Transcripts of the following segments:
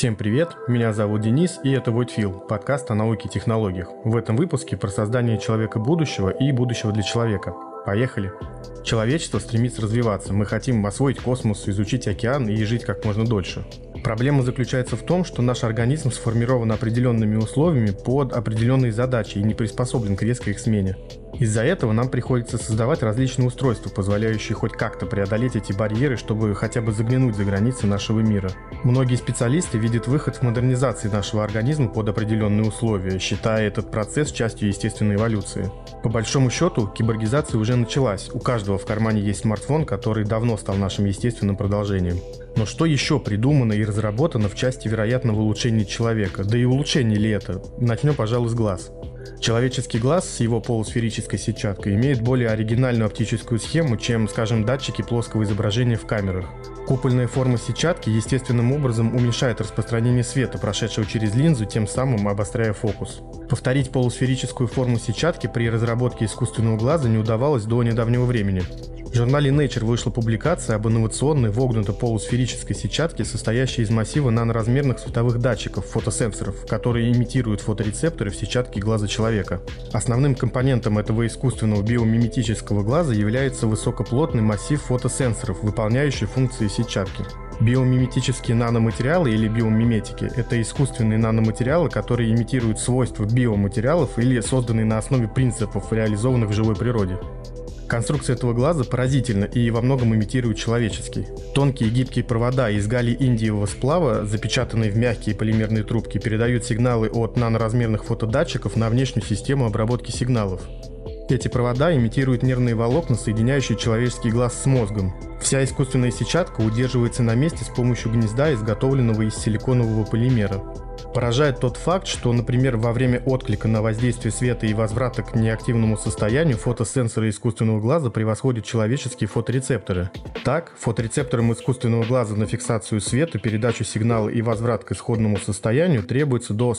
Всем привет, меня зовут Денис, и это Voidfill, подкаст о науке и технологиях. В этом выпуске про создание человека будущего и будущего для человека. Поехали! Человечество стремится развиваться, мы хотим освоить космос, изучить океан и жить как можно дольше. Проблема заключается в том, что наш организм сформирован определенными условиями под определенные задачи и не приспособлен к резкой их смене. Из-за этого нам приходится создавать различные устройства, позволяющие хоть как-то преодолеть эти барьеры, чтобы хотя бы заглянуть за границы нашего мира. Многие специалисты видят выход в модернизации нашего организма под определенные условия, считая этот процесс частью естественной эволюции. По большому счету, киборгизация уже началась. У каждого в кармане есть смартфон, который давно стал нашим естественным продолжением. Но что еще придумано и разработано в части вероятного улучшения человека? Да и улучшение ли это? Начнем, пожалуй, с глаз. Человеческий глаз с его полусферической сетчаткой имеет более оригинальную оптическую схему, чем, скажем, датчики плоского изображения в камерах. Купольная форма сетчатки естественным образом уменьшает распространение света, прошедшего через линзу, тем самым обостряя фокус. Повторить полусферическую форму сетчатки при разработке искусственного глаза не удавалось до недавнего времени. В журнале Nature вышла публикация об инновационной вогнуто-полусферической сетчатке, состоящей из массива наноразмерных световых датчиков, фотосенсоров, которые имитируют фоторецепторы в сетчатке глаза человека. Основным компонентом этого искусственного биомиметического глаза является высокоплотный массив фотосенсоров, выполняющий функции сетчатки. Биомиметические наноматериалы или биомиметики – это искусственные наноматериалы, которые имитируют свойства биоматериалов или созданные на основе принципов, реализованных в живой природе. Конструкция этого глаза поразительна и во многом имитирует человеческий. Тонкие гибкие провода из галлий-индиевого сплава, запечатанные в мягкие полимерные трубки, передают сигналы от наноразмерных фотодатчиков на внешнюю систему обработки сигналов. Эти провода имитируют нервные волокна, соединяющие человеческий глаз с мозгом. Вся искусственная сетчатка удерживается на месте с помощью гнезда, изготовленного из силиконового полимера. Поражает тот факт, что, например, во время отклика на воздействие света и возврата к неактивному состоянию фотосенсоры искусственного глаза превосходят человеческие фоторецепторы. Так, фоторецепторам искусственного глаза на фиксацию света, передачу сигнала и возврат к исходному состоянию требуется до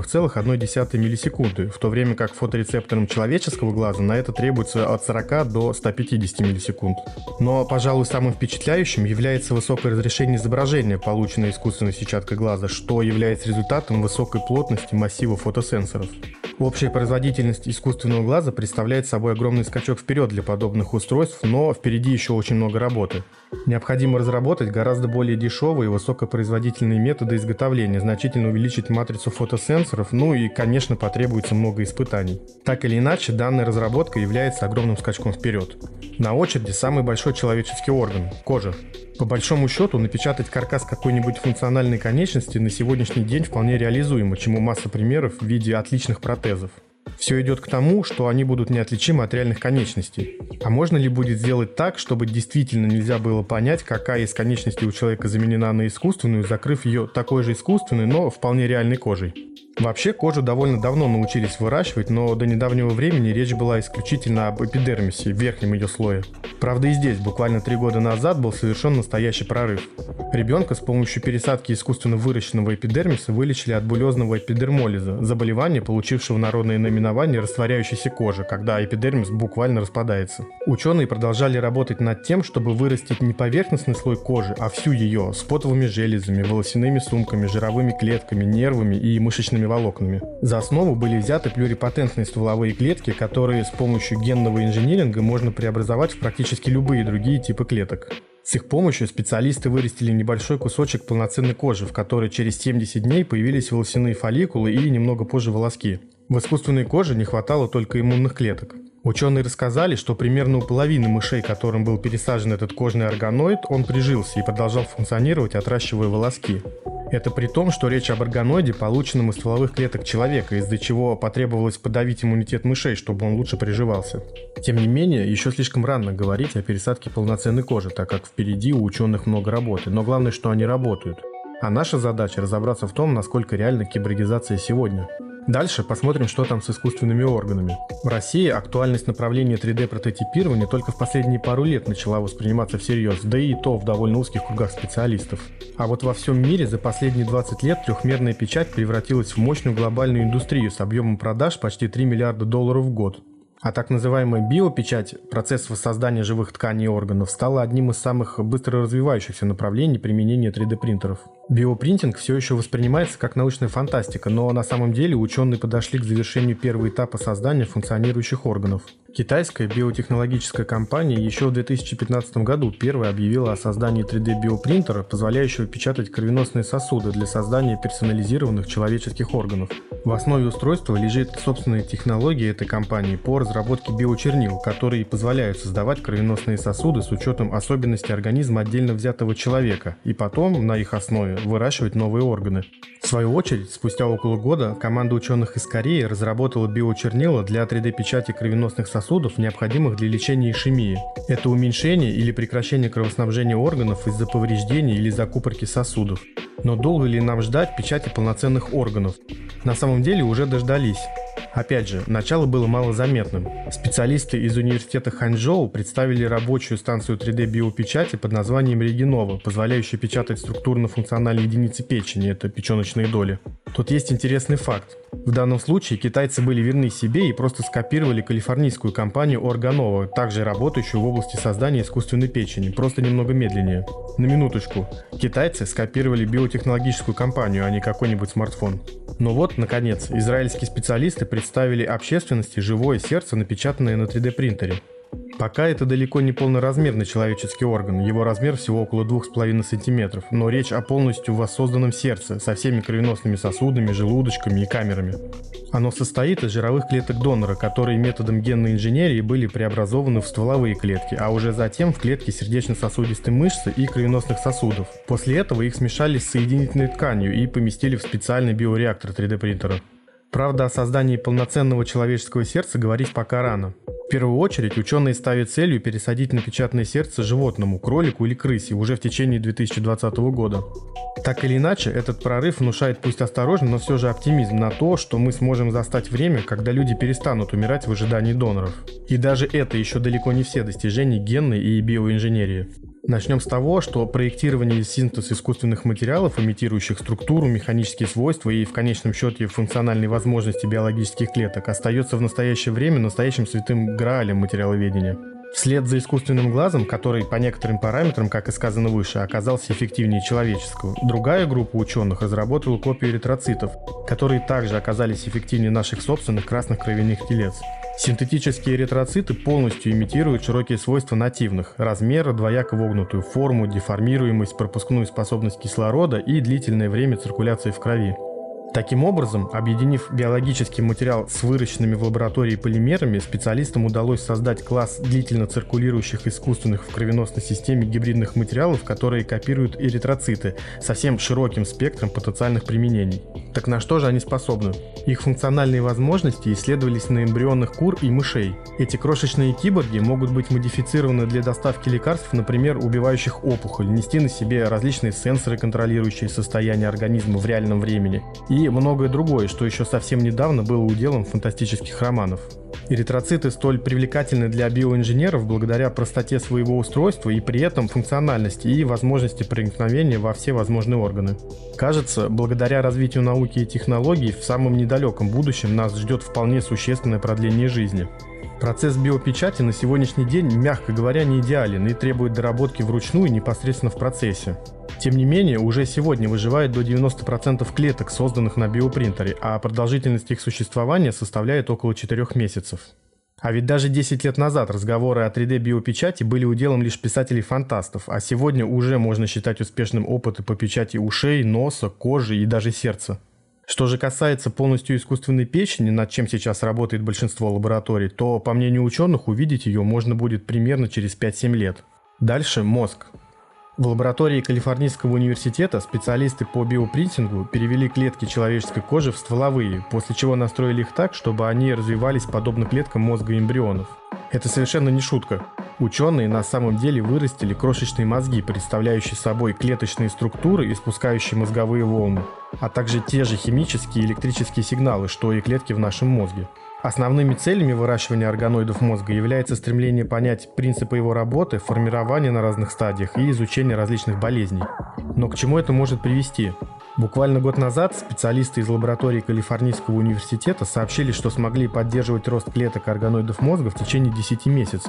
43,1 миллисекунды, в то время как фоторецепторам человеческого глаза на это требуется от 40 до 150 миллисекунд. Но, пожалуй, самым впечатляющим является высокое разрешение изображения, полученное искусственной сетчаткой глаза, что является результатом высокой плотности массива фотосенсоров. Общая производительность искусственного глаза представляет собой огромный скачок вперед для подобных устройств, но впереди еще очень много работы. Необходимо разработать гораздо более дешевые и высокопроизводительные методы изготовления, значительно увеличить матрицу фотосенсоров, ну и, конечно, потребуется много испытаний. Так или иначе, данная разработка является огромным скачком вперед. На очереди самый большой человеческий орган – кожа. По большому счету, напечатать каркас какой-нибудь функциональной конечности на сегодняшний день вполне реализуемо, чему масса примеров в виде отличных протезов. Все идет к тому, что они будут неотличимы от реальных конечностей. А можно ли будет сделать так, чтобы действительно нельзя было понять, какая из конечностей у человека заменена на искусственную, закрыв ее такой же искусственной, но вполне реальной кожей? Вообще, кожу довольно давно научились выращивать, но до недавнего времени речь была исключительно об эпидермисе, верхнем ее слое. Правда, и здесь буквально 3 года назад был совершен настоящий прорыв. Ребенка с помощью пересадки искусственно выращенного эпидермиса вылечили от булезного эпидермолиза, заболевания, получившего народное наименование растворяющейся кожи, когда эпидермис буквально распадается. Ученые продолжали работать над тем, чтобы вырастить не поверхностный слой кожи, а всю ее, с потовыми железами, волосяными сумками, жировыми клетками, нервами и мышечными волокнами. За основу были взяты плюрипотентные стволовые клетки, которые с помощью генного инжиниринга можно преобразовать в практически любые другие типы клеток. С их помощью специалисты вырастили небольшой кусочек полноценной кожи, в которой через 70 дней появились волосяные фолликулы и немного позже волоски. В искусственной коже не хватало только иммунных клеток. Ученые рассказали, что примерно у половины мышей, которым был пересажен этот кожный органоид, он прижился и продолжал функционировать, отращивая волоски. Это при том, что речь об органоиде, полученном из стволовых клеток человека, из-за чего потребовалось подавить иммунитет мышей, чтобы он лучше приживался. Тем не менее, еще слишком рано говорить о пересадке полноценной кожи, так как впереди у ученых много работы, но главное, что они работают. А наша задача разобраться в том, насколько реальна киборгизация сегодня. Дальше посмотрим, что там с искусственными органами. В России актуальность направления 3D-прототипирования только в последние пару лет начала восприниматься всерьез, да и то в довольно узких кругах специалистов. А вот во всем мире за последние 20 лет трехмерная печать превратилась в мощную глобальную индустрию с объемом продаж почти $3 миллиарда в год. А так называемая биопечать, процесс воссоздания живых тканей и органов, стала одним из самых быстро развивающихся направлений применения 3D-принтеров. Биопринтинг все еще воспринимается как научная фантастика, но на самом деле ученые подошли к завершению первого этапа создания функционирующих органов. Китайская биотехнологическая компания еще в 2015 году первой объявила о создании 3D-биопринтера, позволяющего печатать кровеносные сосуды для создания персонализированных человеческих органов. В основе устройства лежит собственная технология этой компании по разработке биочернил, которые позволяют создавать кровеносные сосуды с учетом особенностей организма отдельно взятого человека, и потом на их основе выращивать новые органы. В свою очередь, спустя около года команда ученых из Кореи разработала биочернила для 3D-печати кровеносных сосудов, необходимых для лечения ишемии. Это уменьшение или прекращение кровоснабжения органов из-за повреждений или закупорки сосудов. Но долго ли нам ждать печати полноценных органов? На самом деле уже дождались. Опять же, начало было малозаметным. Специалисты из университета Ханчжоу представили рабочую станцию 3D-биопечати под названием Регенова, позволяющую печатать структурно-функциональные единицы печени, это печеночные доли. Тут есть интересный факт. В данном случае китайцы были верны себе и просто скопировали калифорнийскую компанию Organova, также работающую в области создания искусственной печени, просто немного медленнее. На минуточку, китайцы скопировали биотехнологическую компанию, а не какой-нибудь смартфон. Но вот, наконец, израильские специалисты представили общественности живое сердце, напечатанное на 3D-принтере. Пока это далеко не полноразмерный человеческий орган, его размер всего около 2,5 см, но речь о полностью воссозданном сердце со всеми кровеносными сосудами, желудочками и камерами. Оно состоит из жировых клеток донора, которые методом генной инженерии были преобразованы в стволовые клетки, а уже затем в клетки сердечно-сосудистой мышцы и кровеносных сосудов. После этого их смешали с соединительной тканью и поместили в специальный биореактор 3D-принтера. Правда, о создании полноценного человеческого сердца говорить пока рано. В первую очередь ученые ставят целью пересадить напечатанное сердце животному, кролику или крысе уже в течение 2020 года. Так или иначе, этот прорыв внушает пусть осторожно, но все же оптимизм на то, что мы сможем застать время, когда люди перестанут умирать в ожидании доноров. И даже это еще далеко не все достижения генной и биоинженерии. Начнем с того, что проектирование и синтез искусственных материалов, имитирующих структуру, механические свойства и в конечном счете функциональные возможности биологических клеток, остается в настоящее время настоящим святым граалем материаловедения. Вслед за искусственным глазом, который по некоторым параметрам, как и сказано выше, оказался эффективнее человеческого, другая группа ученых разработала копию эритроцитов, которые также оказались эффективнее наших собственных красных кровяных телец. Синтетические эритроциты полностью имитируют широкие свойства нативных: размера, двояко вогнутую форму, деформируемость, пропускную способность кислорода и длительное время циркуляции в крови. Таким образом, объединив биологический материал с выращенными в лаборатории полимерами, специалистам удалось создать класс длительно циркулирующих искусственных в кровеносной системе гибридных материалов, которые копируют эритроциты со всем широким спектром потенциальных применений. Так на что же они способны? Их функциональные возможности исследовались на эмбрионах кур и мышей. Эти крошечные киборги могут быть модифицированы для доставки лекарств, например, убивающих опухоль, нести на себе различные сенсоры, контролирующие состояние организма в реальном времени, и многое другое, что еще совсем недавно было уделом фантастических романов. Эритроциты столь привлекательны для биоинженеров благодаря простоте своего устройства и при этом функциональности и возможности проникновения во все возможные органы. Кажется, благодаря развитию науки и технологий в самом недалеком будущем нас ждет вполне существенное продление жизни. Процесс биопечати на сегодняшний день, мягко говоря, не идеален и требует доработки вручную непосредственно в процессе. Тем не менее, уже сегодня выживает до 90% клеток, созданных на биопринтере, а продолжительность их существования составляет около 4 месяцев. А ведь даже 10 лет назад разговоры о 3D-биопечати были уделом лишь писателей-фантастов, а сегодня уже можно считать успешным опыты по печати ушей, носа, кожи и даже сердца. Что же касается полностью искусственной печени, над чем сейчас работает большинство лабораторий, то, по мнению ученых, увидеть ее можно будет примерно через 5-7 лет. Дальше мозг. В лаборатории Калифорнийского университета специалисты по биопринтингу перевели клетки человеческой кожи в стволовые, после чего настроили их так, чтобы они развивались подобно клеткам мозга эмбрионов. Это совершенно не шутка. Ученые на самом деле вырастили крошечные мозги, представляющие собой клеточные структуры, испускающие мозговые волны, а также те же химические и электрические сигналы, что и клетки в нашем мозге. Основными целями выращивания органоидов мозга является стремление понять принципы его работы, формирование на разных стадиях и изучение различных болезней. Но к чему это может привести? Буквально год назад специалисты из лаборатории Калифорнийского университета сообщили, что смогли поддерживать рост клеток органоидов мозга в течение 10 месяцев.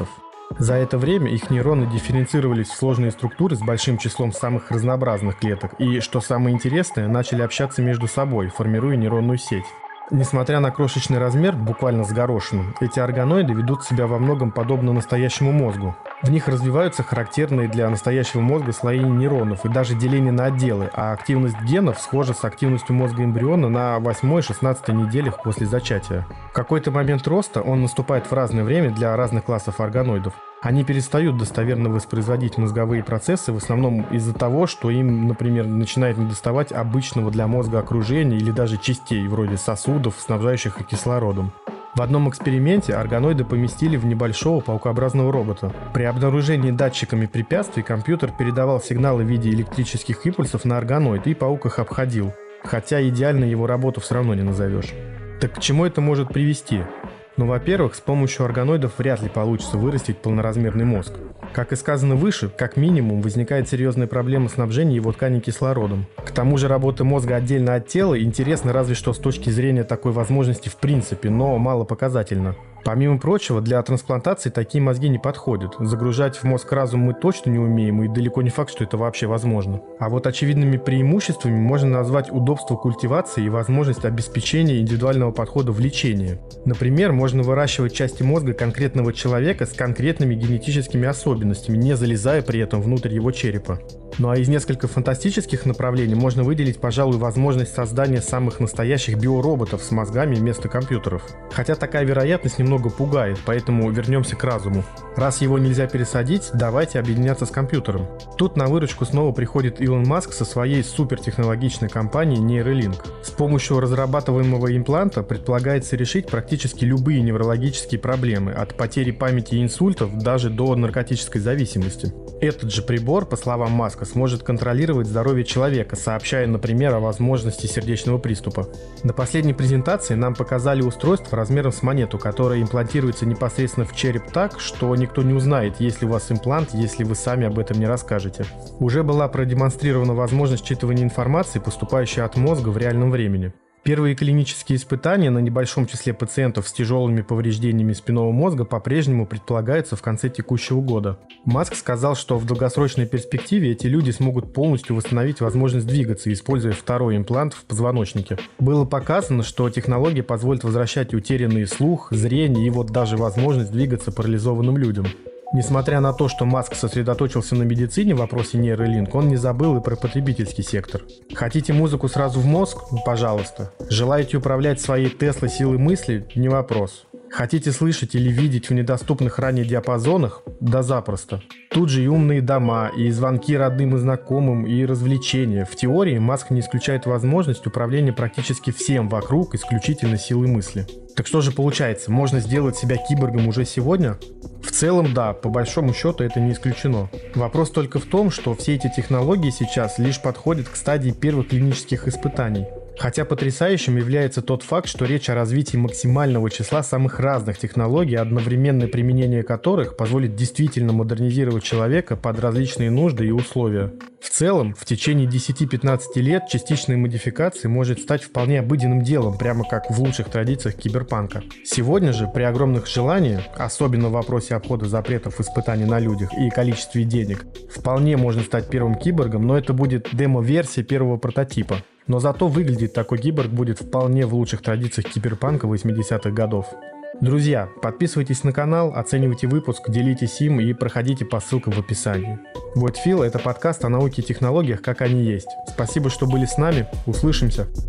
За это время их нейроны дифференцировались в сложные структуры с большим числом самых разнообразных клеток и, что самое интересное, начали общаться между собой, формируя нейронную сеть. Несмотря на крошечный размер, буквально с горошину, эти органоиды ведут себя во многом подобно настоящему мозгу. В них развиваются характерные для настоящего мозга слои нейронов и даже деление на отделы, а активность генов схожа с активностью мозга эмбриона на 8-16 неделях после зачатия. В какой-то момент роста он наступает в разное время для разных классов органоидов. Они перестают достоверно воспроизводить мозговые процессы в основном из-за того, что им, например, начинает недоставать обычного для мозга окружения или даже частей, вроде сосудов, снабжающих их кислородом. В одном эксперименте органоиды поместили в небольшого паукообразного робота. При обнаружении датчиками препятствий компьютер передавал сигналы в виде электрических импульсов на органоид, и паук их обходил. Хотя идеально его работу все равно не назовешь. Так к чему это может привести? Ну, во-первых, с помощью органоидов вряд ли получится вырастить полноразмерный мозг. Как и сказано выше, как минимум возникает серьезная проблема снабжения его тканей кислородом. К тому же работа мозга отдельно от тела интересна разве что с точки зрения такой возможности в принципе, но мало показательно. Помимо прочего, для трансплантации такие мозги не подходят. Загружать в мозг разум мы точно не умеем, и далеко не факт, что это вообще возможно. А вот очевидными преимуществами можно назвать удобство культивации и возможность обеспечения индивидуального подхода в лечении. Например, можно выращивать части мозга конкретного человека с конкретными генетическими особенностями, не залезая при этом внутрь его черепа. Ну а из нескольких фантастических направлений можно выделить, пожалуй, возможность создания самых настоящих биороботов с мозгами вместо компьютеров. Хотя такая вероятность немного пугает, поэтому вернемся к разуму. Раз его нельзя пересадить, давайте объединяться с компьютером. Тут на выручку снова приходит Илон Маск со своей супертехнологичной компанией Neuralink. С помощью разрабатываемого импланта предполагается решить практически любые неврологические проблемы, от потери памяти и инсультов даже до наркотической зависимости. Этот же прибор, по словам Маска, сможет контролировать здоровье человека, сообщая, например, о возможности сердечного приступа. На последней презентации нам показали устройство размером с монету, которое имплантируется непосредственно в череп так, что никто не узнает, есть ли у вас имплант, если вы сами об этом не расскажете. Уже была продемонстрирована возможность считывания информации, поступающей от мозга в реальном времени. Первые клинические испытания на небольшом числе пациентов с тяжелыми повреждениями спинного мозга по-прежнему предполагаются в конце текущего года. Маск сказал, что в долгосрочной перспективе эти люди смогут полностью восстановить возможность двигаться, используя второй имплант в позвоночнике. Было показано, что технология позволит возвращать утерянный слух, зрение и вот даже возможность двигаться парализованным людям. Несмотря на то, что Маск сосредоточился на медицине в вопросе Neuralink, он не забыл и про потребительский сектор. Хотите музыку сразу в мозг? Пожалуйста. Желаете управлять своей Tesla силой мысли? Не вопрос. Хотите слышать или видеть в недоступных ранее диапазонах? Да запросто. Тут же и умные дома, и звонки родным и знакомым, и развлечения. В теории Маск не исключает возможность управления практически всем вокруг исключительно силой мысли. Так что же получается, можно сделать себя киборгом уже сегодня? В целом да, по большому счету это не исключено. Вопрос только в том, что все эти технологии сейчас лишь подходят к стадии первых клинических испытаний. Хотя потрясающим является тот факт, что речь о развитии максимального числа самых разных технологий, одновременное применение которых позволит действительно модернизировать человека под различные нужды и условия. В целом, в течение 10-15 лет частичная модификация может стать вполне обыденным делом, прямо как в лучших традициях киберпанка. Сегодня же, при огромных желаниях, особенно в вопросе обхода запретов испытаний на людях и количестве денег, вполне можно стать первым киборгом, но это будет демо-версия первого прототипа. Но зато выглядеть такой киборг будет вполне в лучших традициях киберпанка 80-х годов. Друзья, подписывайтесь на канал, оценивайте выпуск, делитесь им и проходите по ссылкам в описании. Void Feel — это подкаст о науке и технологиях, как они есть. Спасибо, что были с нами. Услышимся.